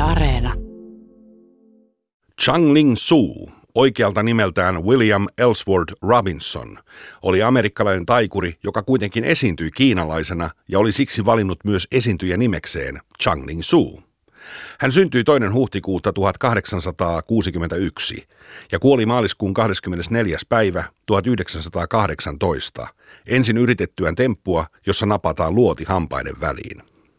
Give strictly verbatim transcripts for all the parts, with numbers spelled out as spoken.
Areena. Chang-Ling Soo, oikealta nimeltään William Ellsworth Robinson, oli amerikkalainen taikuri, joka kuitenkin esiintyi kiinalaisena ja oli siksi valinnut myös esiintyjä nimekseen Chang-Ling Soo. Hän syntyi toinen huhtikuuta tuhatkahdeksansataakuusikymmentäyksi ja kuoli maaliskuun kahdeskymmenesneljäs päivä tuhatyhdeksänsataakahdeksantoista, ensin yritettyään temppua, jossa napataan luoti hampaiden väliin.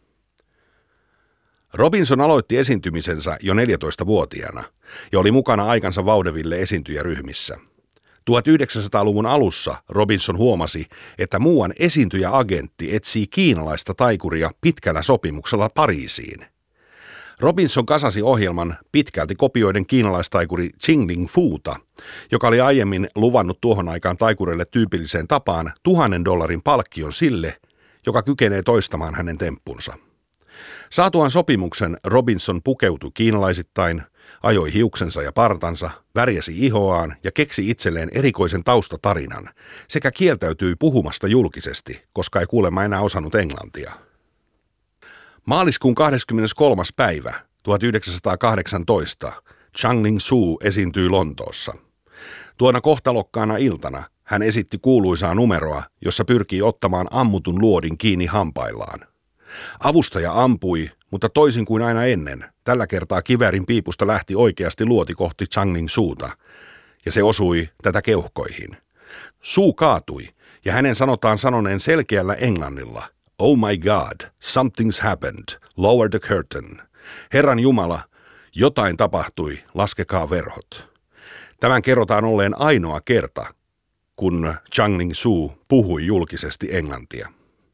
Robinson aloitti esiintymisensä jo neljätoistavuotiaana ja oli mukana aikansa vaudeville esiintyjäryhmissä. tuhatyhdeksänsataaluvun alussa Robinson huomasi, että muuan esiintyjäagentti etsii kiinalaista taikuria pitkällä sopimuksella Pariisiin. Robinson kasasi ohjelman pitkälti kopioiden kiinalaistaikuri Ching-Ling Foota, joka oli aiemmin luvannut tuohon aikaan taikureille tyypilliseen tapaan tuhannen dollarin palkkion sille, joka kykenee toistamaan hänen temppunsa. Saatuaan sopimuksen Robinson pukeutui kiinalaisittain, ajoi hiuksensa ja partansa, värjäsi ihoaan ja keksi itselleen erikoisen taustatarinan sekä kieltäytyi puhumasta julkisesti, koska ei kuulemma enää osannut englantia. Maaliskuun kahdeskymmeneskolmas päivä tuhatyhdeksänsataakahdeksantoista Chang-Ling Soo esiintyi Lontoossa. Tuona kohtalokkaana iltana hän esitti kuuluisaa numeroa, jossa pyrkii ottamaan ammutun luodin kiinni hampaillaan. Avustaja ampui, mutta toisin kuin aina ennen, tällä kertaa kiväärin piipusta lähti oikeasti luoti kohti Chang-Ling Soota, ja se osui tätä keuhkoihin. Soo kaatui, ja hänen sanotaan sanoneen selkeällä englannilla, "Oh my God, something's happened, lower the curtain." Herran Jumala, jotain tapahtui, laskekaa verhot. Tämän kerrotaan olleen ainoa kerta, kun Chang-Ling Soo puhui julkisesti englantia.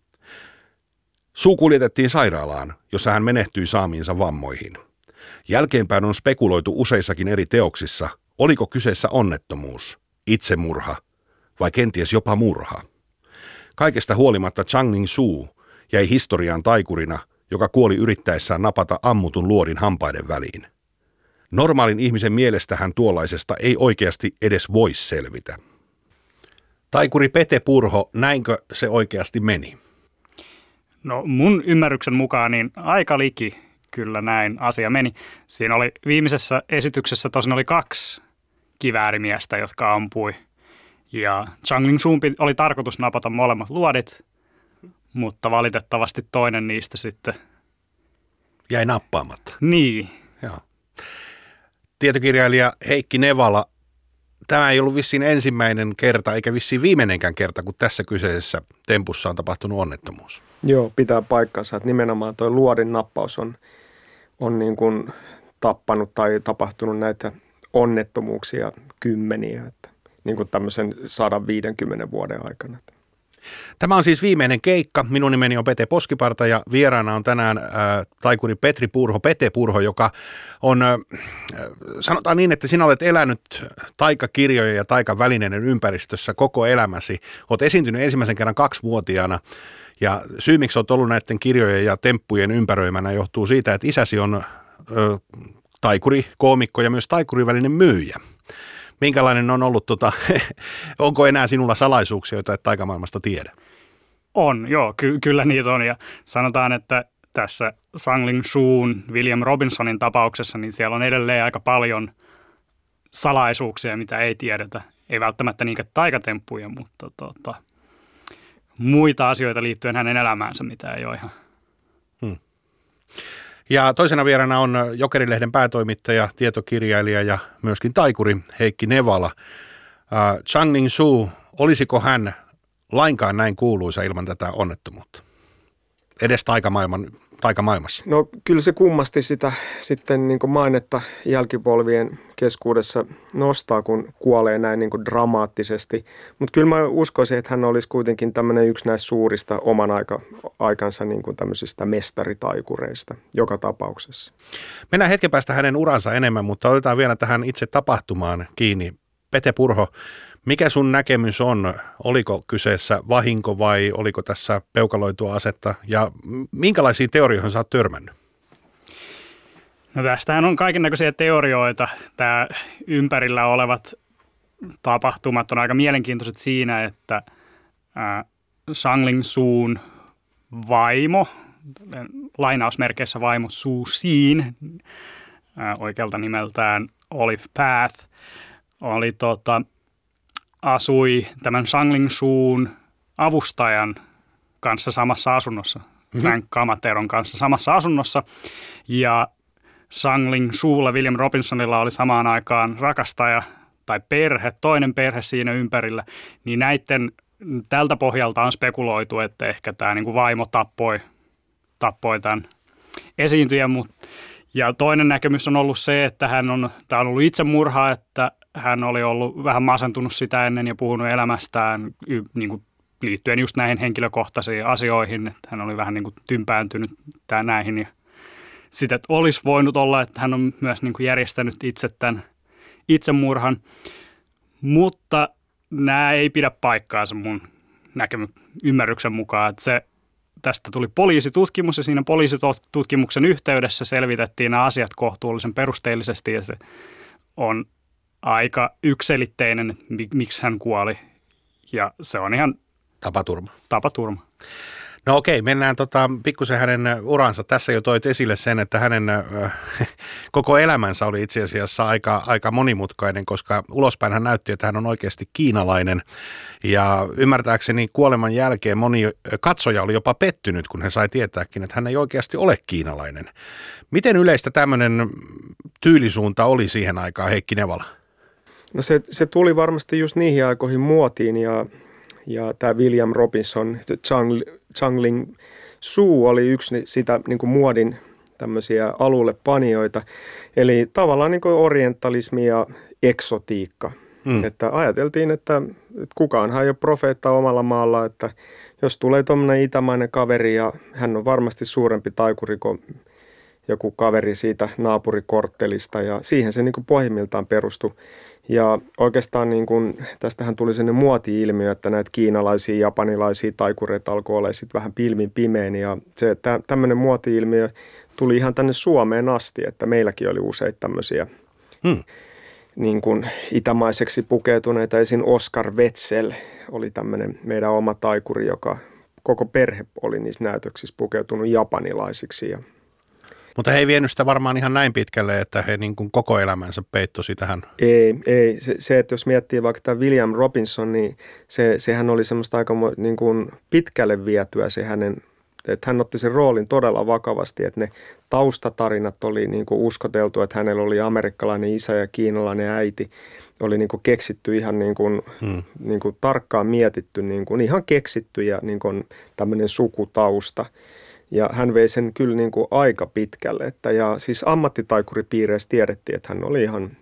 Soo kuljetettiin sairaalaan, jossa hän menehtyi saamiinsa vammoihin. Jälkeenpäin on spekuloitu useissakin eri teoksissa, oliko kyseessä onnettomuus, itsemurha vai kenties jopa murha. Kaikesta huolimatta Chang-Ling Soo jäi historiaan taikurina, joka kuoli yrittäessään napata ammutun luodin hampaiden väliin. Normaalin ihmisen mielestä hän tuollaisesta ei oikeasti edes voi selvitä. Taikuri Pete Purho, näinkö se oikeasti meni? No mun ymmärryksen mukaan niin aika liki kyllä näin asia meni. Siinä oli viimeisessä esityksessä tosin oli kaksi kiväärimiestä, jotka ampui. Ja Chang-Ling Soon oli tarkoitus napata molemmat luodit, mutta valitettavasti toinen niistä sitten jäi nappaamatta. Niin. Joo. Tietokirjailija Heikki Nevala, tämä ei ollut vissiin ensimmäinen kerta eikä vissiin viimeinenkään kerta, kun tässä kyseisessä tempussa on tapahtunut onnettomuus. Joo, pitää paikkansa, että nimenomaan tuo luodin nappaus on, on niin kuin tappanut tai tapahtunut näitä onnettomuuksia kymmeniä, että niin kuin tämmöisen sata viisikymmentä vuoden aikana. Tämä on siis viimeinen keikka. Minun nimeni on Pete Poskiparta ja vieraana on tänään äh, taikuri Petri Purho, Pete Purho, joka on, äh, sanotaan niin, että sinä olet elänyt taikakirjojen ja taikavälineiden ympäristössä koko elämäsi. Olet esiintynyt ensimmäisen kerran kaksivuotiaana ja syy, miksi olet ollut näiden kirjojen ja temppujen ympäröimänä, johtuu siitä, että isäsi on äh, taikuri, koomikko ja myös taikurivälinen myyjä. Minkälainen on ollut, tota, onko enää sinulla salaisuuksia, joita et taikamaailmasta tiedä? On, joo, ky- kyllä niitä on. Ja sanotaan, että tässä Chang-Ling Soon, William Robinsonin tapauksessa, niin siellä on edelleen aika paljon salaisuuksia, mitä ei tiedetä. Ei välttämättä niinkään taikatemppuja, mutta tota, muita asioita liittyen hänen elämäänsä, mitä ei ole ihan. Hmm. Ja toisena vieraana on Jokerilehden päätoimittaja, tietokirjailija ja myöskin taikuri Heikki Nevala. Uh, Chang-Ling Soo, olisiko hän lainkaan näin kuuluisa ilman tätä onnettomuutta? Edes taikamaailman, taikamaailmassa. No kyllä se kummasti sitä sitten niin kuin mainetta jälkipolvien keskuudessa nostaa, kun kuolee näin niin kuin dramaattisesti. Mutta kyllä mä uskoisin, että hän olisi kuitenkin tämmöinen yksi näistä suurista oman aika, aikansa niin kuin tämmöisistä mestaritaikureista joka tapauksessa. Mennään hetken päästä hänen uransa enemmän, mutta otetaan vielä tähän itse tapahtumaan kiinni. Pete Purho, mikä sun näkemys on? Oliko kyseessä vahinko vai oliko tässä peukaloitua asetta? Ja minkälaisiin teorioihin sä oot törmännyt? No tästähän on kaikennäköisiä teorioita. Tämä ympärillä olevat tapahtumat on aika mielenkiintoiset siinä, että Chang-Ling Soon vaimo lainausmerkeissä vaimo Su Xin, oikealta nimeltään Olive Path, oli tota, asui tämän Shangling Shun avustajan kanssa samassa asunnossa, mm-hmm. Frank Camateron kanssa samassa asunnossa. Ja Shangling Shulla, William Robinsonilla oli samaan aikaan rakastaja tai perhe, toinen perhe siinä ympärillä. Niin näiden, tältä pohjalta on spekuloitu, että ehkä tämä niin kuin vaimo tappoi, tappoi tämän esiintyjän. Ja toinen näkemys on ollut se, että hän on, tämä on ollut itsemurha, että hän oli ollut vähän masentunut sitä ennen ja puhunut elämästään niin kuin liittyen just näihin henkilökohtaisiin asioihin, että hän oli vähän niin kuin tympääntynyt näihin ja sitä, että olisi voinut olla, että hän on myös niin kuin järjestänyt itse tämän itsemurhan, mutta nämä ei pidä paikkaansa mun näkemy- ymmärryksen mukaan, että se, tästä tuli poliisitutkimus ja siinä poliisitutkimuksen yhteydessä selvitettiin nämä asiat kohtuullisen perusteellisesti ja se on aika yksiselitteinen, että miksi hän kuoli ja se on ihan Tapaturma. Tapaturma. No okei, mennään tota, pikkusen hänen uransa. Tässä jo toit esille sen, että hänen äh, koko elämänsä oli itse asiassa aika, aika monimutkainen, koska ulospäin hän näytti, että hän on oikeasti kiinalainen. Ja ymmärtääkseni kuoleman jälkeen moni katsoja oli jopa pettynyt, kun he sai tietääkin, että hän ei oikeasti ole kiinalainen. Miten yleistä tämmöinen tyylisuunta oli siihen aikaan, Heikki Nevala? No se, se tuli varmasti just niihin aikoihin muotiin ja Ja tämä William Robinson, Shangling Shu oli yksi sitä niin kuin muodin tämmöisiä alulle panijoita. Eli tavallaan niin kuin orientalismi ja eksotiikka. Hmm. Että ajateltiin, että, että kukaanhan ei ole profeetta omalla maalla, että jos tulee tuommoinen itämainen kaveri ja hän on varmasti suurempi taikuri kuin joku kaveri siitä naapurikorttelista ja siihen se niin kuin pohjimmiltaan perustui. Ja oikeastaan niin kuin, tästähän tuli sellainen muoti-ilmiö, että näitä kiinalaisia, japanilaisia taikureita alkoi olla sitten vähän pilvin pimeän. Ja se, tä, tämmöinen muoti-ilmiö tuli ihan tänne Suomeen asti, että meilläkin oli useita tämmöisiä hmm. niin kuin itämaiseksi pukeutuneita. Esim. Oscar Wetzel oli tämmöinen meidän oma taikuri, joka koko perhe oli niissä näytöksissä pukeutunut japanilaisiksi ja mutta he ei vienyt sitä varmaan ihan näin pitkälle, että he niin kuin koko elämänsä peittosi tähän. Ei, ei. Se, se, että jos miettii vaikka tämä William Robinson, niin se, sehän oli semmoista aika niin kuin pitkälle vietyä se hänen, että hän otti sen roolin todella vakavasti, että ne taustatarinat oli niin kuin uskoteltu, että hänellä oli amerikkalainen isä ja kiinalainen äiti. Oli niin kuin keksitty ihan niin kuin, hmm. niin kuin tarkkaan mietitty, niin kuin ihan keksitty ja niin kuin tämmöinen sukutausta. Ja hän vei sen kyllä niin kuin aika pitkälle. Että ja siis ammattitaikuripiireissä tiedettiin, että hän oli ihan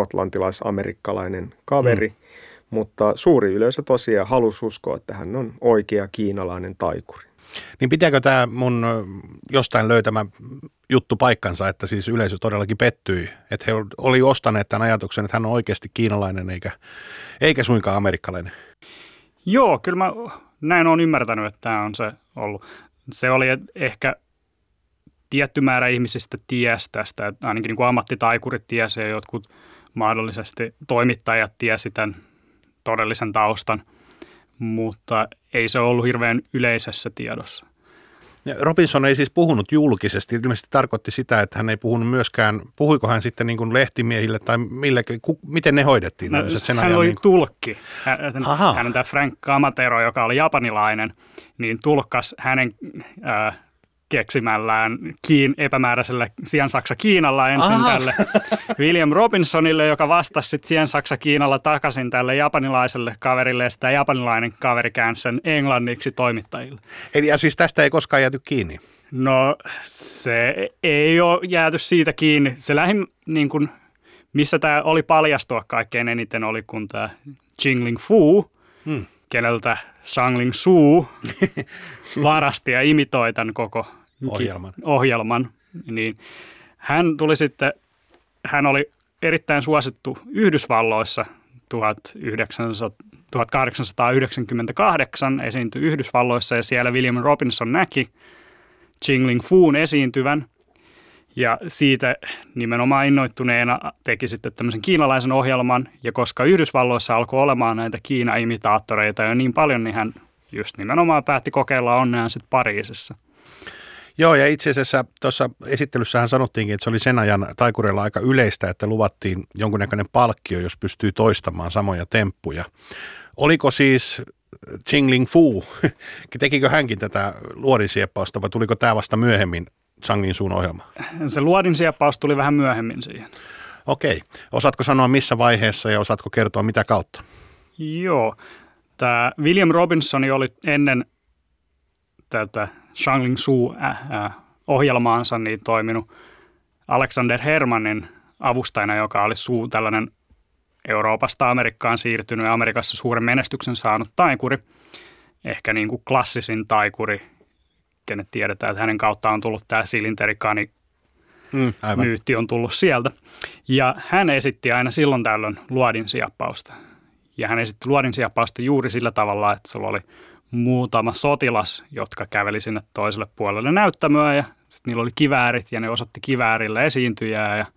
skotlantilais-amerikkalainen kaveri. Mm. Mutta suuri yleisö tosiaan halusi uskoa, että hän on oikea kiinalainen taikuri. Niin pitääkö tämä mun jostain löytämä juttu paikkansa, että siis yleisö todellakin pettyi? Että he oli ostaneet tämän ajatuksen, että hän on oikeasti kiinalainen eikä, eikä suinkaan amerikkalainen. Joo, kyllä mä näin olen ymmärtänyt, että tämä on se ollut. Se oli ehkä tietty määrä ihmisistä ties tästä, että ainakin niin kuin ammattitaikurit tiesi ja jotkut mahdollisesti toimittajat tiesi tämän todellisen taustan, mutta ei se ollut hirveän yleisessä tiedossa. Ja Robinson ei siis puhunut julkisesti, ilmeisesti tarkoitti sitä, että hän ei puhunut myöskään, puhuiko hän sitten niin kuin lehtimiehille tai millekin, ku, miten ne hoidettiin? No, sen hän ajan oli niin kuin tulkki. Hän, hän on tämä Frank Camatero, joka oli japanilainen, niin tulkkas hänen äh, keksimällään kiin, epämääräisellä Sien-Saksa-Kiinalla ensin Aha. tälle William Robinsonille, joka vastasi sitten Sien-Saksa-Kiinalla takaisin tälle japanilaiselle kaverille, ja sitä japanilainen kaveri käänsi sen englanniksi toimittajille. Eli ja siis tästä ei koskaan jääty kiinni? No se ei ole jääty siitä kiinni. Se lähin, niin kuin, missä tämä oli paljastua kaikkein eniten, oli kun tämä Jingling Fu, hmm. keneltä Shangling Shu varasti ja imitoi tämän koko ohjelman. ohjelman, niin hän tuli sitten, hän oli erittäin suosittu Yhdysvalloissa tuhatkahdeksansataayhdeksänkymmentäkahdeksan, esiintyi Yhdysvalloissa ja siellä William Robinson näki Jingling Fun esiintyvän ja siitä nimenomaan innoittuneena teki sitten tämmöisen kiinalaisen ohjelman ja koska Yhdysvalloissa alkoi olemaan näitä Kiina-imitaattoreita jo niin paljon, niin hän just nimenomaan päätti kokeilla onneaan sitten Pariisissa. Joo, ja itse asiassa tuossa esittelyssähän sanottiinkin, että se oli sen ajan taikureilla aika yleistä, että luvattiin jonkunnäköinen palkkio, jos pystyy toistamaan samoja temppuja. Oliko siis Ching-Ling Fu, tekikö hänkin tätä luodinsieppausta vai tuliko tämä vasta myöhemmin Zhang Suun ohjelma? Se luodinsieppaus tuli vähän myöhemmin siihen. Okei. Osaatko sanoa missä vaiheessa ja osaatko kertoa mitä kautta? Joo. Tämä William Robinson oli ennen tätä Zhang Suu ohjelmaansa niin toiminut Alexander Hermannin avustajana, joka oli Suu tällainen Euroopasta Amerikkaan siirtynyt ja Amerikassa suuren menestyksen saanut taikuri. Ehkä niin kuin klassisin taikuri, kenet tiedetään, että hänen kauttaan on tullut tämä silinterikani mm, myytti on tullut sieltä. Ja hän esitti aina silloin tällöin luodinsieppausta. Ja hän esitti luodinsieppausta juuri sillä tavalla, että sulla oli muutama sotilas, jotka käveli sinne toiselle puolelle näyttämöä ja sitten niillä oli kiväärit ja ne osoitti kiväärillä esiintyjää ja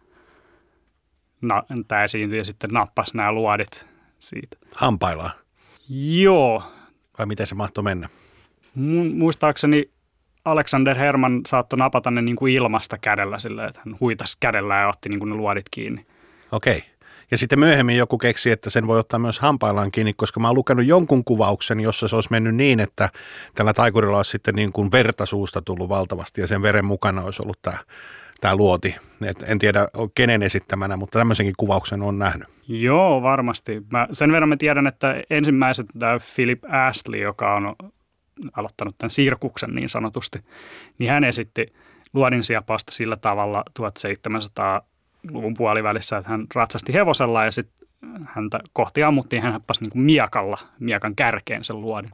na, tämä esiintyjä sitten nappasi nämä luodit siitä. Hampaillaan? Joo. Vai miten se mahtoi mennä? Muistaakseni Alexander Herman saattoi napata ne niin kuin ilmasta kädellä silleen, että hän huitasi kädellä ja otti niin kuin ne luodit kiinni. Okei. Ja sitten myöhemmin joku keksi, että sen voi ottaa myös hampaillaan kiinni, koska mä oon lukenut jonkun kuvauksen, jossa se olisi mennyt niin, että tällä taikurilla olisi sitten niin kuin verta suusta tullut valtavasti ja sen veren mukana olisi ollut tämä, tämä luoti. Et en tiedä kenen esittämänä, mutta tämmöisenkin kuvauksen on nähnyt. Joo, varmasti. Mä sen verran mä tiedän, että ensimmäiset tämä Philip Astley, joka on aloittanut tämän sirkuksen niin sanotusti, niin hän esitti luodinsieppausta sillä tavalla tuhatseitsemänsataaluvun puolivälissä, että hän ratsasti hevosella ja sitten häntä kohti ammuttiin, hän häppäsi niin kuin miekalla, miekan kärkeen sen luodin.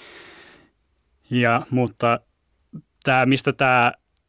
Ja, mutta tämä, mistä tämä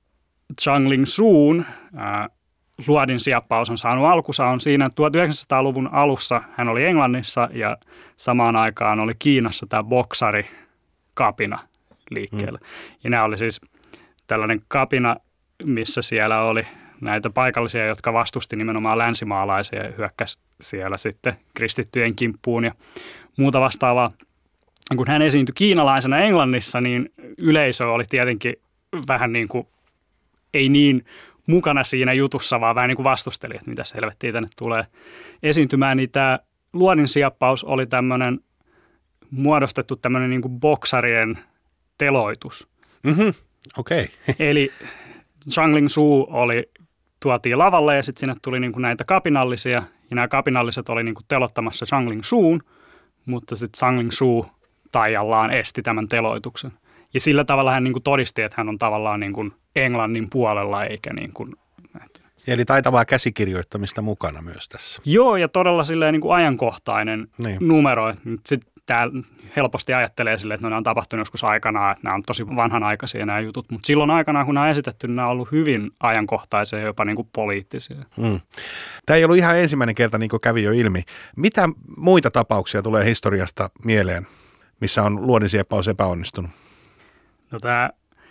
Zhang Suun ää, luodinsieppauus on saanut alkunsa on siinä, että tuhatyhdeksänsataaluvun alussa hän oli Englannissa ja samaan aikaan oli Kiinassa tämä boksari kapina liikkeellä. Mm. Ja nämä oli siis tällainen kapina, missä siellä oli näitä paikallisia, jotka vastusti nimenomaan länsimaalaisia ja hyökkäsi siellä sitten kristittyjen kimppuun ja muuta vastaavaa. Kun hän esiintyi kiinalaisena Englannissa, niin yleisö oli tietenkin vähän niin kuin, ei niin mukana siinä jutussa, vaan vähän niin kuin vastusteli, että mitä helvettiä tänne tulee esiintymään. Niin tämä luodinsieppauus oli tämmöinen muodostettu tämmöinen niin kuin boksarien teloitus. Mm-hmm. Okei. Okay. Eli Zhang Suu oli, tuotiin lavalle ja sitten sinne tuli niin kuin näitä kapinallisia ja nämä kapinalliset oli niin kuin telottamassa Zhang Suun, mutta sitten Zhang Suu taiallaan esti tämän teloituksen. Ja sillä tavalla hän niin kuin todisti, että hän on tavallaan niin kuin Englannin puolella eikä niin kuin. Eli taitavaa käsikirjoittamista mukana myös tässä. Joo, ja todella silleen niin kuin ajankohtainen niin. numero. Sitten tämä helposti ajattelee silleen, että nämä on tapahtunut joskus aikanaan, että nämä on tosi vanhanaikaisia nämä jutut. Mutta silloin aikanaan, kun nämä on esitetty, niin nämä on ollut hyvin ajankohtaisia ja jopa niin kuin poliittisia. Hmm. Tämä ei ollut ihan ensimmäinen kerta, niin kuin kävi jo ilmi. Mitä muita tapauksia tulee historiasta mieleen, missä on luodinsieppauus epäonnistunut? No tämä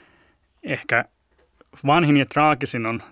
ehkä vanhin ja traagisin on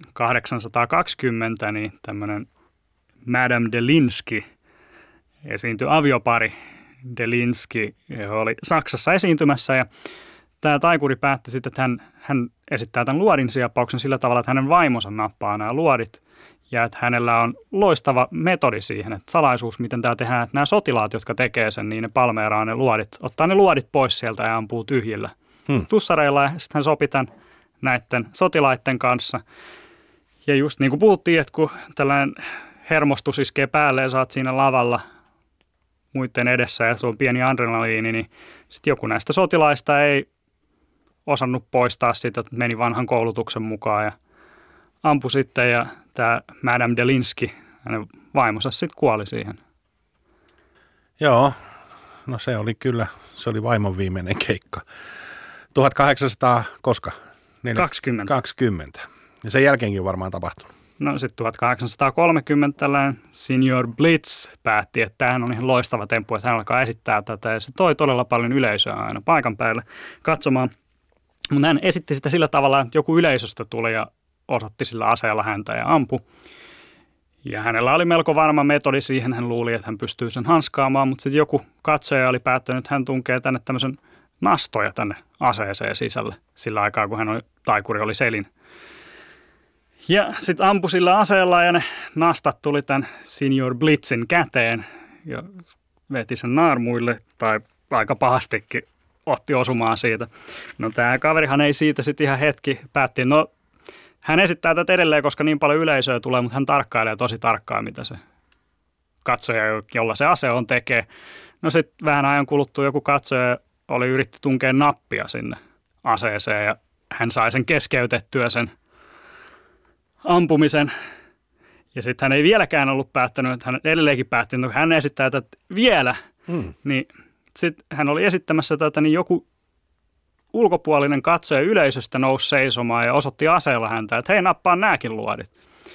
tuhatkahdeksansataakaksikymmentä, niin tämmöinen Madame Delinsky esiintyi aviopari. Delinsky oli Saksassa esiintymässä ja tämä taikuri päätti sitten, että hän, hän esittää tämän luodinsieppauksen sillä tavalla, että hänen vaimonsa nappaa nämä luodit ja että hänellä on loistava metodi siihen, että salaisuus, miten tämä tehdään, että nämä sotilaat, jotka tekee sen, niin ne palmeeraa ne luodit, ottaa ne luodit pois sieltä ja ampuu tyhjillä hmm. tussareilla ja sitten hän sopi tämän näiden sotilaiden kanssa. Ja just niin kuin puhuttiin, että kun tällainen hermostus iskee päälle ja sä oot siinä lavalla muiden edessä ja sulla on pieni adrenaliini, niin sitten joku näistä sotilaista ei osannut poistaa sitä, että meni vanhan koulutuksen mukaan ja ampui sitten ja tämä Madame Delinsky, hänen vaimonsa sitten kuoli siihen. Joo, no se oli kyllä, se oli vaimon viimeinen keikka. tuhatkahdeksansataa koska? kaksikymmentä. kaksikymmentä. Ja sen jälkeenkin on varmaan tapahtunut. No sitten tuhatkahdeksansataakolmekymmentä tällainen Senior Blitz päätti, että tämähän on ihan loistava temppu, että hän alkaa esittää tätä. Ja se toi todella paljon yleisöä aina paikan päälle katsomaan. Mutta hän esitti sitä sillä tavalla, että joku yleisöstä tuli ja osoitti sillä aseella häntä ja ampui. Ja hänellä oli melko varma metodi siihen, hän luuli, että hän pystyy sen hanskaamaan, mutta sitten joku katsoja oli päättänyt, että hän tunkee tänne tämmöisen nastoja tänne aseeseen sisälle sillä aikaa, kun hän oli, taikuri oli selin. Ja sitten ampui sillä aseella ja ne nastat tuli tämän Senior Blitzin käteen ja veti sen naarmuille tai aika pahastikin otti osumaan siitä. No tämä kaverihan ei siitä sitten ihan hetki päätti, no hän esittää tätä edelleen, koska niin paljon yleisöä tulee, mutta hän tarkkailee tosi tarkkaan, mitä se katsoja, jolla se ase on, tekee. No sitten vähän ajan kuluttua joku katsoja oli yritti tunkea nappia sinne aseeseen ja hän sai sen keskeytettyä sen ampumisen. Ja sitten hän ei vieläkään ollut päättänyt, että hän edelleenkin päätti, että hän esittää tätä vielä. Mm. Niin sitten hän oli esittämässä tätä, niin joku ulkopuolinen katsoja yleisöstä nousi seisomaan ja osoitti aseella häntä, että hei, nappaa nääkin luodit.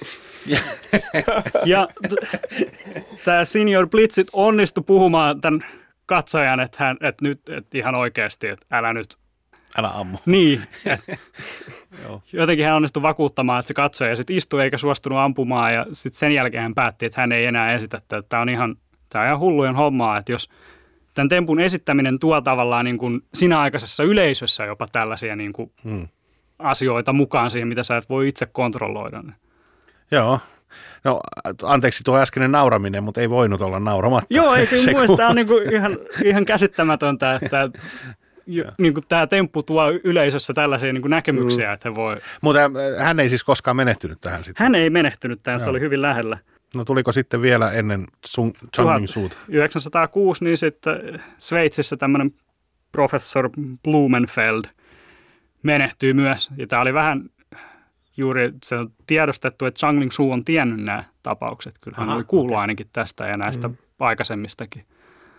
Ja tämä Senior Blitzit onnistui puhumaan tämän katsojan, että, hän, että nyt että ihan oikeasti, että älä nyt. Älä ammu. Niin. Jotenkin hän onnistui vakuuttamaan, että se katsoja sitten istui eikä suostunut ampumaan ja sitten sen jälkeen hän päätti, että hän ei enää esitä, että tämä on ihan, tämä on ihan hullujen hommaa, että jos tämän tempun esittäminen tuo tavallaan niin kuin siinä aikaisessa yleisössä jopa tällaisia niin kuin hmm. asioita mukaan siihen, mitä sä et voi itse kontrolloida. Joo. No anteeksi tuo äskeinen nauraminen, mutta ei voinut olla nauramatta. Joo, ei kyllä muista, tämä on niin kuin ihan, ihan käsittämätöntä, että niin kuin tämä temppu tuo yleisössä tällaisia niin kuin näkemyksiä, mm. että he voi. Mutta hän ei siis koskaan menehtynyt tähän sitten? Hän ei menehtynyt tähän, se oli hyvin lähellä. No tuliko sitten vielä ennen Changling Suuta? tuhatyhdeksänsataakuusi niin sitten Sveitsissä tämmöinen professor Blumenfeld menehtyy myös. Ja tämä oli vähän juuri se on tiedostettu, että Changling Su on tiennyt nämä tapaukset. Kyllä hän oli kuullut okay. ainakin tästä ja näistä mm. aikaisemmistakin.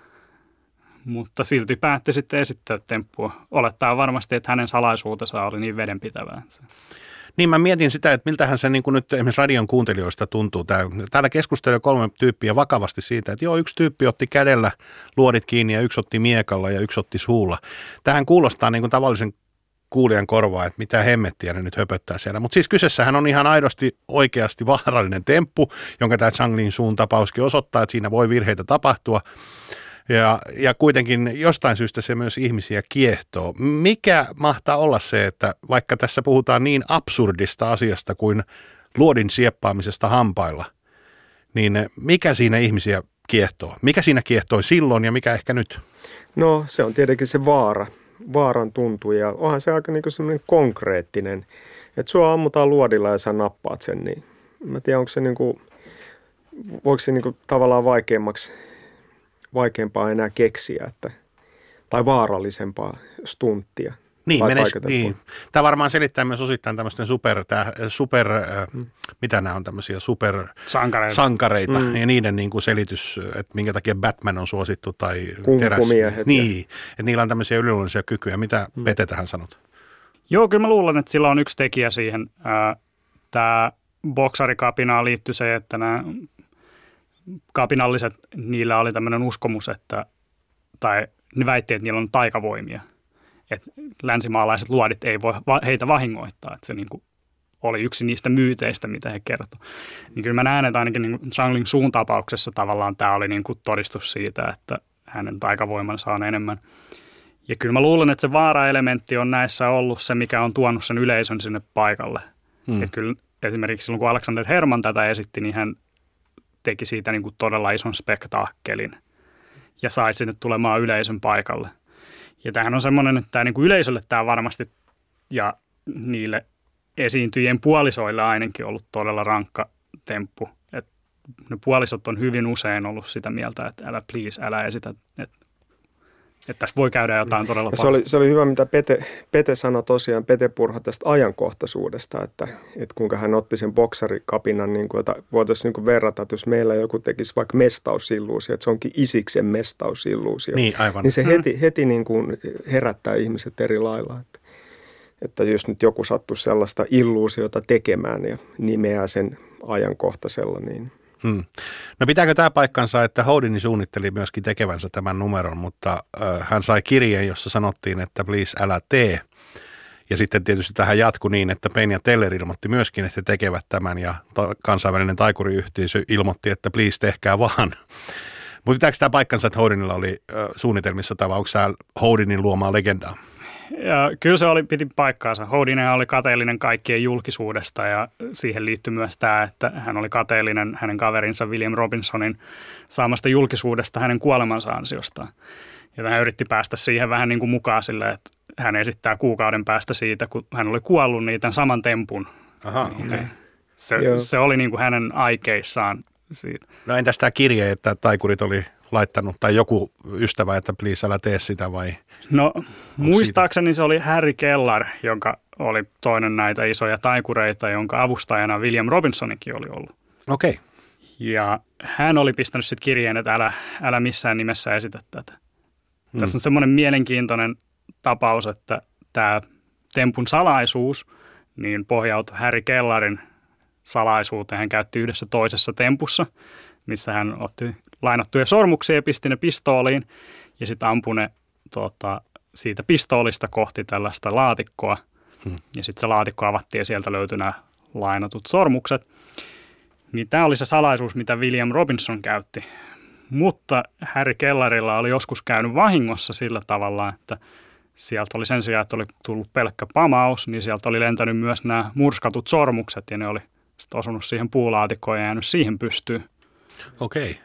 Mutta silti päätti sitten esittää temppua. Olettaa varmasti, että hänen salaisuutensa oli niin vedenpitävää. Niin mä mietin sitä, että miltähän se niin kuin nyt esimerkiksi radion kuuntelijoista tuntuu. Täällä keskustelee kolme tyyppiä vakavasti siitä, että joo, yksi tyyppi otti kädellä luodit kiinni ja yksi otti miekalla ja yksi otti suulla. Tähän kuulostaa niin kuin tavallisen kuulijan korvaa, että mitä hemmettiä ne nyt höpöttää siellä. Mutta siis kyseessähän on ihan aidosti oikeasti vaarallinen temppu, jonka tämä Changling Suun tapauskin osoittaa, että siinä voi virheitä tapahtua. Ja, ja kuitenkin jostain syystä se myös ihmisiä kiehtoo. Mikä mahtaa olla se, että vaikka tässä puhutaan niin absurdista asiasta kuin luodin sieppaamisesta hampailla, niin mikä siinä ihmisiä kiehtoo? Mikä siinä kiehtoi silloin ja mikä ehkä nyt? No se on tietenkin se vaara, vaaran tuntuu ja onhan se aika niinku semmoinen konkreettinen, että sua ammutaan luodilla ja sä nappaat sen, niin mä tiedän, onko se niinku, voiko se niinku tavallaan vaikeammaksi vaikeampaa enää keksiä, että, tai vaarallisempaa stunttia. Niin, menes, niin. Tämä varmaan selittää myös osittain tämmöisten super, tää, super mm. äh, mitä nämä on tämmöisiä super sankareita, sankareita mm. ja niiden niin kuin selitys, että minkä takia Batman on suosittu tai teräs. Niin, että niillä on tämmöisiä yliluonnollisia kykyjä. Mitä mm. Pete tähän sanot? Joo, kyllä mä luulen, että sillä on yksi tekijä siihen. Tämä boksarikapinaan liittyy se, että nämä kapinalliset, niillä oli tämmöinen uskomus, että, tai ne väitti, että niillä on taikavoimia. Että länsimaalaiset luodit ei voi heitä vahingoittaa. Että se niin kuin oli yksi niistä myyteistä, mitä he kertoi. Niin kyllä mä näen, että ainakin niin kuin Changling Suun tapauksessa tavallaan tämä oli niin kuin todistus siitä, että hänen taikavoimansa on enemmän. Ja kyllä mä luulen, että se vaara-elementti on näissä ollut se, mikä on tuonut sen yleisön sinne paikalle. Hmm. Että kyllä esimerkiksi silloin, kun Alexander Herman tätä esitti, niin hän teki siitä niin kuin todella ison spektaakkelin ja sai sinne tulemaan yleisön paikalle. Ja tämähän on semmoinen, että tämä niin kuin yleisölle tämä varmasti ja niille esiintyjien puolisoille ainakin ollut todella rankka temppu. Että ne puolisot on hyvin usein ollut sitä mieltä, että älä please, älä esitä, että, että tässä voi käydä jotain todella se oli, se oli hyvä, mitä Pete, Pete sanoi tosiaan, Pete Purha tästä ajankohtaisuudesta, että, että kuinka hän otti sen boksarikapinan, niin kuin, että voitaisiin niin kuin verrata, että jos meillä joku tekisi vaikka mestausilluusio, että se onkin Isiksen mestausilluusio, niin, aivan. niin se heti, heti niin kuin herättää ihmiset eri lailla. Että, että jos nyt joku sattuisi sellaista illuusiota tekemään ja nimeää sen ajankohtaisella, niin Hmm. No pitääkö tämä paikkansa, että Houdini suunnitteli myöskin tekevänsä tämän numeron, mutta äh, hän sai kirjeen, jossa sanottiin, että please älä tee. Ja sitten tietysti tähän jatkui niin, että Penn ja Teller ilmoitti myöskin, että he tekevät tämän ja ta- kansainvälinen taikuriyhteisö ilmoitti, että please tehkää vaan. Mutta pitääkö tämä paikkansa, että Houdinilla oli ö, suunnitelmissa, tai vai onko tämä Houdinin luomaa legendaa? Ja kyllä se oli, piti paikkaansa. Houdin oli kateellinen kaikkien julkisuudesta ja siihen liittyy myös tämä, että hän oli kateellinen hänen kaverinsa William Robinsonin saamasta julkisuudesta hänen kuolemansa ansiostaan. Ja hän yritti päästä siihen vähän niin kuin mukaan silleen, että hän esittää kuukauden päästä siitä, kun hän oli kuollut, niin tämän saman tempun. Aha, okei. Okay. Se, se oli niin kuin hänen aikeissaan siitä. No entäs tämä kirje, että taikurit oli laittanut, tai joku ystävä, että please älä tee sitä vai? No muistaakseni se oli Harry Kellar, joka oli toinen näitä isoja taikureita, jonka avustajana William Robinsonikin oli ollut. Okei. Okay. Ja hän oli pistänyt sitten kirjeen, että älä, älä missään nimessä esitä tätä. Hmm. Tässä on semmoinen mielenkiintoinen tapaus, että tämä tempun salaisuus niin pohjautui Harry Kellarin salaisuuteen. Hän käytti yhdessä toisessa tempussa, missä hän otti lainattuja sormuksia ja pisti ne pistooliin ja sitten ampui ne tota, siitä pistoolista kohti tällaista laatikkoa. Hmm. Ja sitten se laatikko avattiin ja sieltä löytyi nämä lainatut sormukset. Niin tämä oli se salaisuus, mitä William Robinson käytti. Mutta Harry Kellarilla oli joskus käynyt vahingossa sillä tavalla, että sieltä oli sen sijaan, että oli tullut pelkkä pamaus, niin sieltä oli lentänyt myös nämä murskatut sormukset ja ne oli sitten osunut siihen puulaatikkoon ja jäänyt siihen pystyyn. Okei.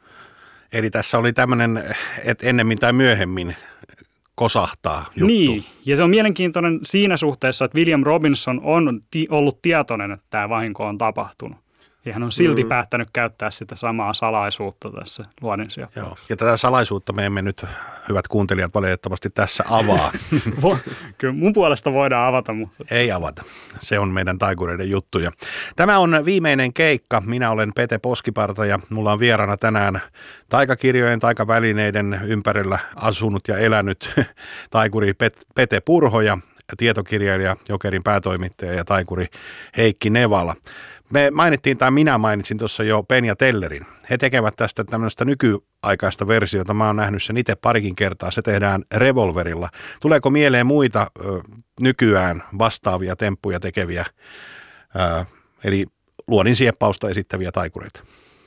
Eli tässä oli tämmöinen, että ennemmin tai myöhemmin kosahtaa juttu. Niin, ja se on mielenkiintoinen siinä suhteessa, että William Robinson on ti- ollut tietoinen, että tämä vahinko on tapahtunut. Ja hän on silti mm. päättänyt käyttää sitä samaa salaisuutta tässä luodinsijoittauksessa. Ja tätä salaisuutta me emme nyt, hyvät kuuntelijat, valitettavasti tässä avaa. Kyllä mun puolesta voidaan avata, mutta... Ei avata. Se on meidän taikureiden juttuja. Tämä on viimeinen keikka. Minä olen Pete Poskiparta ja mulla on vieraana tänään taikakirjojen, taikavälineiden ympärillä asunut ja elänyt taikuri Pete Purho ja tietokirjailija, Jokerin päätoimittaja ja taikuri Heikki Nevala. Me mainittiin, tai minä mainitsin tuossa jo Penja Tellerin. He tekevät tästä tämmöistä nykyaikaista versiota. Mä oon nähnyt sen itse parikin kertaa. Se tehdään revolverilla. Tuleeko mieleen muita ö, nykyään vastaavia temppuja tekeviä, ö, eli luodin sieppausta esittäviä taikureita?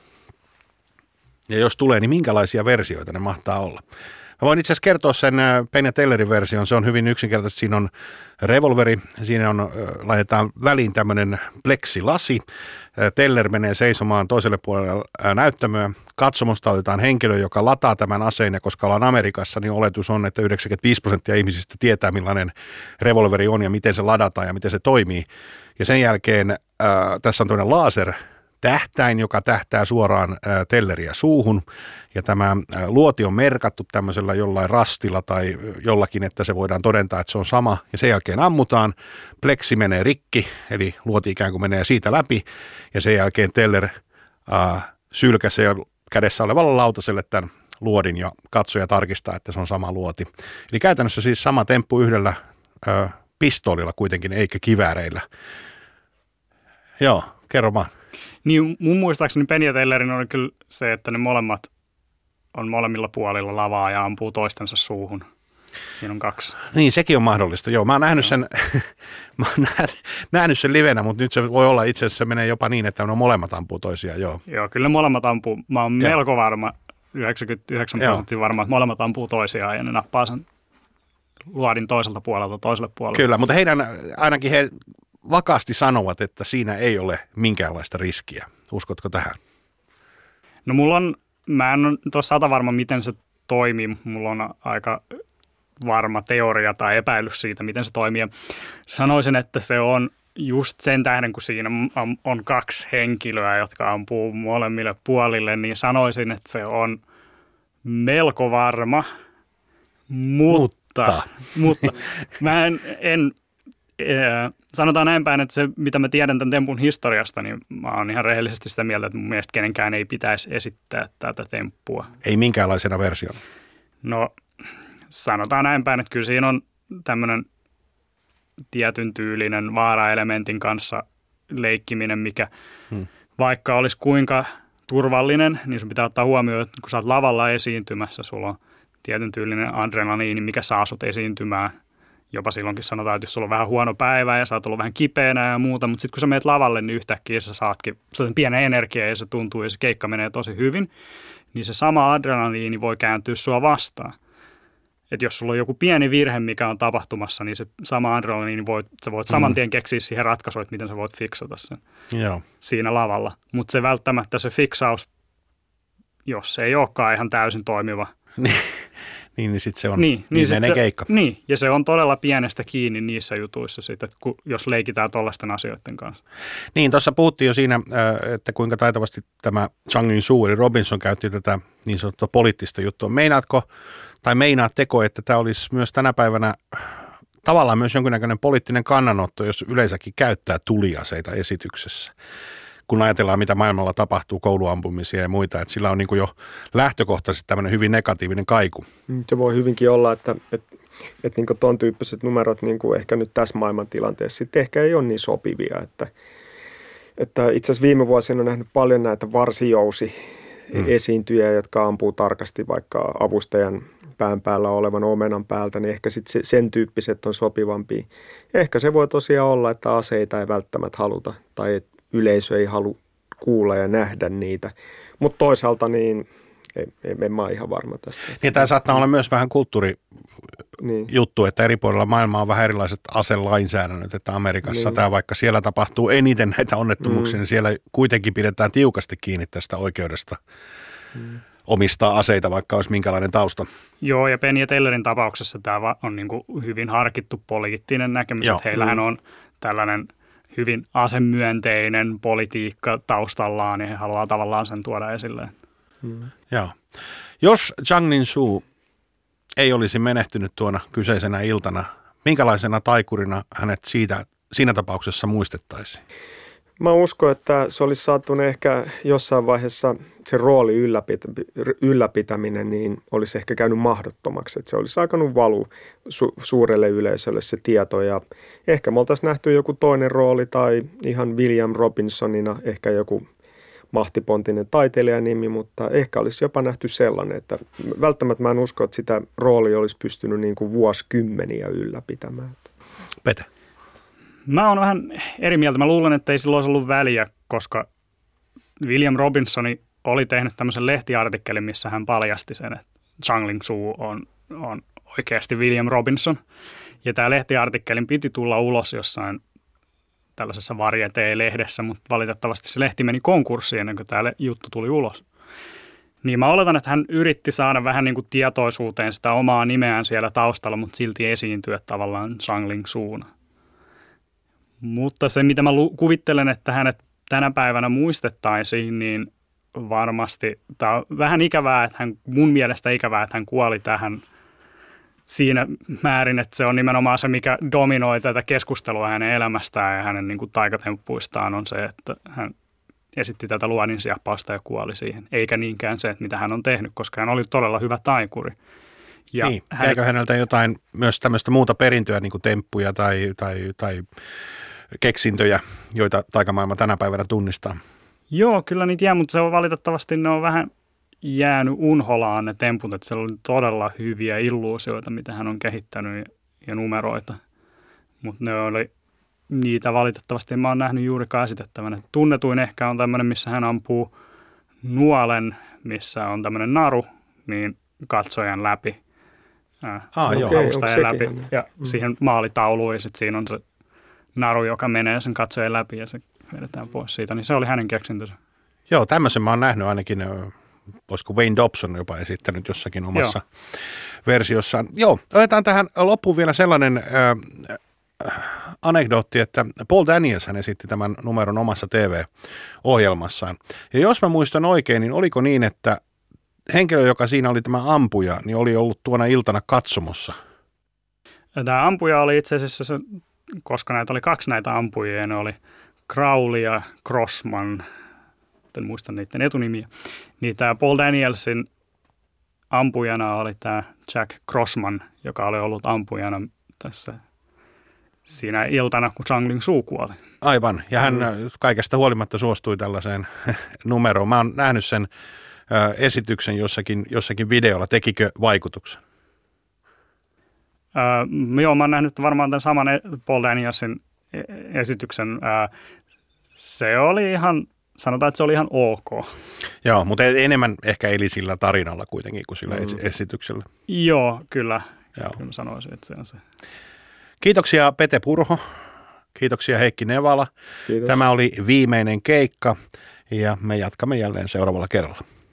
Ja jos tulee, niin minkälaisia versioita ne mahtaa olla? Mä voin itse asiassa kertoa sen Penja Tellerin version. Se on hyvin yksinkertaisesti. Siinä on revolveri, siinä on, laitetaan väliin tämmöinen pleksilasi. Teller menee seisomaan toiselle puolelle näyttämöä. Katsomusta otetaan henkilö, joka lataa tämän aseen, ja koska ollaan Amerikassa, niin oletus on, että yhdeksänkymmentäviisi prosenttia ihmisistä tietää, millainen revolveri on ja miten se ladataan ja miten se toimii. Ja sen jälkeen äh, tässä on toinen laser tähtäin, joka tähtää suoraan ä, telleriä suuhun, ja tämä ä, luoti on merkattu tämmöisellä jollain rastilla tai jollakin, että se voidaan todentaa, että se on sama, ja sen jälkeen ammutaan, pleksi menee rikki, eli luoti ikään kuin menee siitä läpi, ja sen jälkeen teller ä, sylkäsee kädessä olevalla lautaselle tämän luodin, ja katsoja tarkistaa, että se on sama luoti. Eli käytännössä siis sama temppu yhdellä ä, pistoolilla kuitenkin, eikä kivääreillä. Joo, kerro vaan. Niin mun muistaakseni Penja Tellerin oli kyllä se, että ne molemmat on molemmilla puolilla lavaa ja ampuu toistensa suuhun. Siinä on kaksi. Niin, sekin on mahdollista. Joo, mä oon nähnyt sen, mä oon nähnyt sen livenä, mutta nyt se voi olla itse asiassa, se menee jopa niin, että ne molemmat ampuu toisiaan, joo. Joo, kyllä ne molemmat ampuu. Mä oon ja. melko varma, yhdeksänkymmentäyhdeksän prosenttia varma, että molemmat ampuu toisiaan ja ne nappaa sen luodin toiselta puolelta toiselle puolelle. Kyllä, mutta heidän, ainakin he vakaasti sanovat, että siinä ei ole minkäänlaista riskiä. Uskotko tähän? No mulla on, mä en ole tuossa sata varma, miten se toimii. Mulla on aika varma teoria tai epäilys siitä, miten se toimii. Ja sanoisin, että se on just sen tähden, kun siinä on, on kaksi henkilöä, jotka ampuu molemmille puolille, niin sanoisin, että se on melko varma, mutta, mutta. mutta mä en, en sanotaan näin päin, että se, mitä mä tiedän tämän tempun historiasta, niin mä oon ihan rehellisesti sitä mieltä, että mun mielestä kenenkään ei pitäisi esittää tätä temppua. Ei minkäänlaisena versiona? No, sanotaan näin päin, että kyllä siinä on tämmöinen tietyn tyylinen vaaraelementin kanssa leikkiminen, mikä hmm. vaikka olisi kuinka turvallinen, niin sun pitää ottaa huomioon, että kun sä oot lavalla esiintymässä, sulla on tietyn tyylinen adrenaliini, mikä saa sut esiintymään. Jopa silloinkin sanotaan, että jos sulla on vähän huono päivä ja sä oot ollut vähän kipeänä ja muuta, mutta sitten kun sä menet lavalle, niin yhtäkkiä sä saatkin sen pienen energiaa ja se tuntuu ja se keikka menee tosi hyvin. niin se sama adrenaliini voi kääntyä sua vastaan. Että jos sulla on joku pieni virhe, mikä on tapahtumassa, niin se sama adrenaliini, voi, sä voit saman tien keksiä siihen ratkaisuun, että miten sä voit fiksata sen Joo. siinä lavalla. Mutta se välttämättä se fiksaus, jos se ei olekaan ihan täysin toimiva. niin, niin sitten se on niin, niin viimeinen se, keikka. Niin, ja se on todella pienestä kiinni niissä jutuissa, sit, että kun, jos leikitään tuollaisten asioiden kanssa. Niin, tuossa puhuttiin jo siinä, että kuinka taitavasti tämä Changlin Su, eli Robinson, käytti tätä niin sanottua poliittista juttua. Meinaatko, tai meinaatteko, että tämä olisi myös tänä päivänä tavallaan myös jonkinnäköinen poliittinen kannanotto, jos yleensäkin käyttää tuliaseita esityksessä? Kun ajatellaan, mitä maailmalla tapahtuu, kouluampumisia ja muita, että sillä on niin kuin jo lähtökohtaisesti tämmöinen hyvin negatiivinen kaiku. Se voi hyvinkin olla, että, että, että niin kuin ton tyyppiset numerot niin kuin ehkä nyt tässä maailmantilanteessa sitten ehkä ei ole niin sopivia. Että, että itse asiassa viime vuosina on nähnyt paljon näitä varsijousi esiintyjiä, hmm. jotka ampuu tarkasti vaikka avustajan pään päällä olevan omenan päältä, niin ehkä sitten sen tyyppiset on sopivampia. Ehkä se voi tosiaan olla, että aseita ei välttämättä haluta tai että yleisö ei halua kuulla ja nähdä niitä, mutta toisaalta niin en, en mä ole ihan varma tästä. Niin tämä saattaa olla myös vähän kulttuurijuttu, niin. Että eri puolilla maailmaa on vähän erilaiset aselainsäädännöt, että Amerikassa niin. Tämä vaikka siellä tapahtuu eniten näitä onnettomuuksia, mm. niin siellä kuitenkin pidetään tiukasti kiinni tästä oikeudesta mm. omistaa aseita, vaikka olisi minkälainen tausta. Joo, ja Penn ja Tellerin tapauksessa tämä on niin kuin hyvin harkittu poliittinen näkemys, Joo. että heillähän on tällainen hyvin asemyönteinen politiikka taustallaan, niin he haluaa tavallaan sen tuoda esille. Hmm. Joo. Jos Changlin Su ei olisi menehtynyt tuona kyseisenä iltana, minkälaisena taikurina hänet siitä, siinä tapauksessa muistettaisiin? Mä uskon, että se olisi saattu ehkä jossain vaiheessa se rooli ylläpitä, ylläpitäminen niin olisi ehkä käynyt mahdottomaksi. Että se olisi alkanut valua su- suurelle yleisölle se tieto ja ehkä me oltaisiin nähty joku toinen rooli tai ihan William Robinsonina ehkä joku mahtipontinen taiteilijanimi, mutta ehkä olisi jopa nähty sellainen, että välttämättä mä en usko, että sitä roolia olisi pystynyt niin kuin vuosikymmeniä ylläpitämään. Pete. Mä oon vähän eri mieltä. Mä luulen, että ei sillä olisi ollut väliä, koska William Robinsoni oli tehnyt tämmöisen lehtiartikkelin, missä hän paljasti sen, että Changlin Su on, on oikeasti William Robinson. Ja tämä lehtiartikkelin piti tulla ulos jossain tällaisessa Variety-lehdessä, mutta valitettavasti se lehti meni konkurssiin ennen kuin tämä juttu tuli ulos. Niin mä oletan, että hän yritti saada vähän niin kuin tietoisuuteen sitä omaa nimeään siellä taustalla, mutta silti esiintyä tavallaan Changlin Suuna. Mutta se, mitä mä kuvittelen, että hänet tänä päivänä muistettaisiin, niin varmasti, tämä on vähän ikävää, että hän, mun mielestä ikävää, että hän kuoli tähän siinä määrin, että se on nimenomaan se, mikä dominoi tätä keskustelua hänen elämästään ja hänen niin kuin taikatemppuistaan on se, että hän esitti tätä luodinsiappausta ja kuoli siihen, eikä niinkään se, että mitä hän on tehnyt, koska hän oli todella hyvä taikuri. Ja niin, hän... jäikö häneltä jotain myös tämmöistä muuta perintöä, niin kuin temppuja tai, tai, tai keksintöjä, joita taikamaailma tänä päivänä tunnistaa? Joo, kyllä niitä jää, mutta se on valitettavasti, ne on vähän jäänyt unholaan ne temput, että siellä oli todella hyviä illuusioita, mitä hän on kehittänyt ja numeroita, mutta ne oli, niitä valitettavasti en mä oon nähnyt juurikaan esitettävänä. Tunnetuin ehkä on tämmöinen, missä hän ampuu nuolen, missä on tämmöinen naru, niin katsojan läpi, äh, ah, avustajan läpi ja mm. siihen maalitauluun ja sitten siinä on se naru, joka menee sen katsojan läpi ja se vedetään pois siitä, niin se oli hänen keksintönsä. Joo, tämmöisen mä oon nähnyt ainakin, olisiko Wayne Dobson jopa esittänyt jossakin omassa Joo. versiossaan. Joo, otetaan tähän loppuun vielä sellainen äh, anekdootti, että Paul Daniels hän esitti tämän numeron omassa T V-ohjelmassaan. Ja jos mä muistan oikein, niin oliko niin, että henkilö, joka siinä oli tämä ampuja, niin oli ollut tuona iltana katsomossa? Tämä ampuja oli itse asiassa, se, koska näitä oli kaksi näitä ampujia, ne oli Crowley ja Crossman, en muista niiden etunimiä, niin tämä Paul Danielsin ampujana oli tämä Jack Crossman, joka oli ollut ampujana tässä siinä iltana, kun Changlin Su kuoli. Aivan, ja hän kaikesta huolimatta suostui tällaiseen numeroon. Mä oon nähnyt sen ö, esityksen jossakin, jossakin videolla. Tekikö vaikutuksen? Öö, joo, mä oon nähnyt varmaan tämän saman Paul Danielsin esityksen. Öö, se oli ihan, sanotaan, että se oli ihan ok. Joo, mutta enemmän ehkä eli sillä tarinalla kuitenkin kuin sillä mm. esityksellä. Joo, kyllä. Joo. Kyllä mä sanoisin, että se on se. Kiitoksia Pete Purho. Kiitoksia Heikki Nevala. Kiitos. Tämä oli viimeinen keikka ja me jatkamme jälleen seuraavalla kerralla.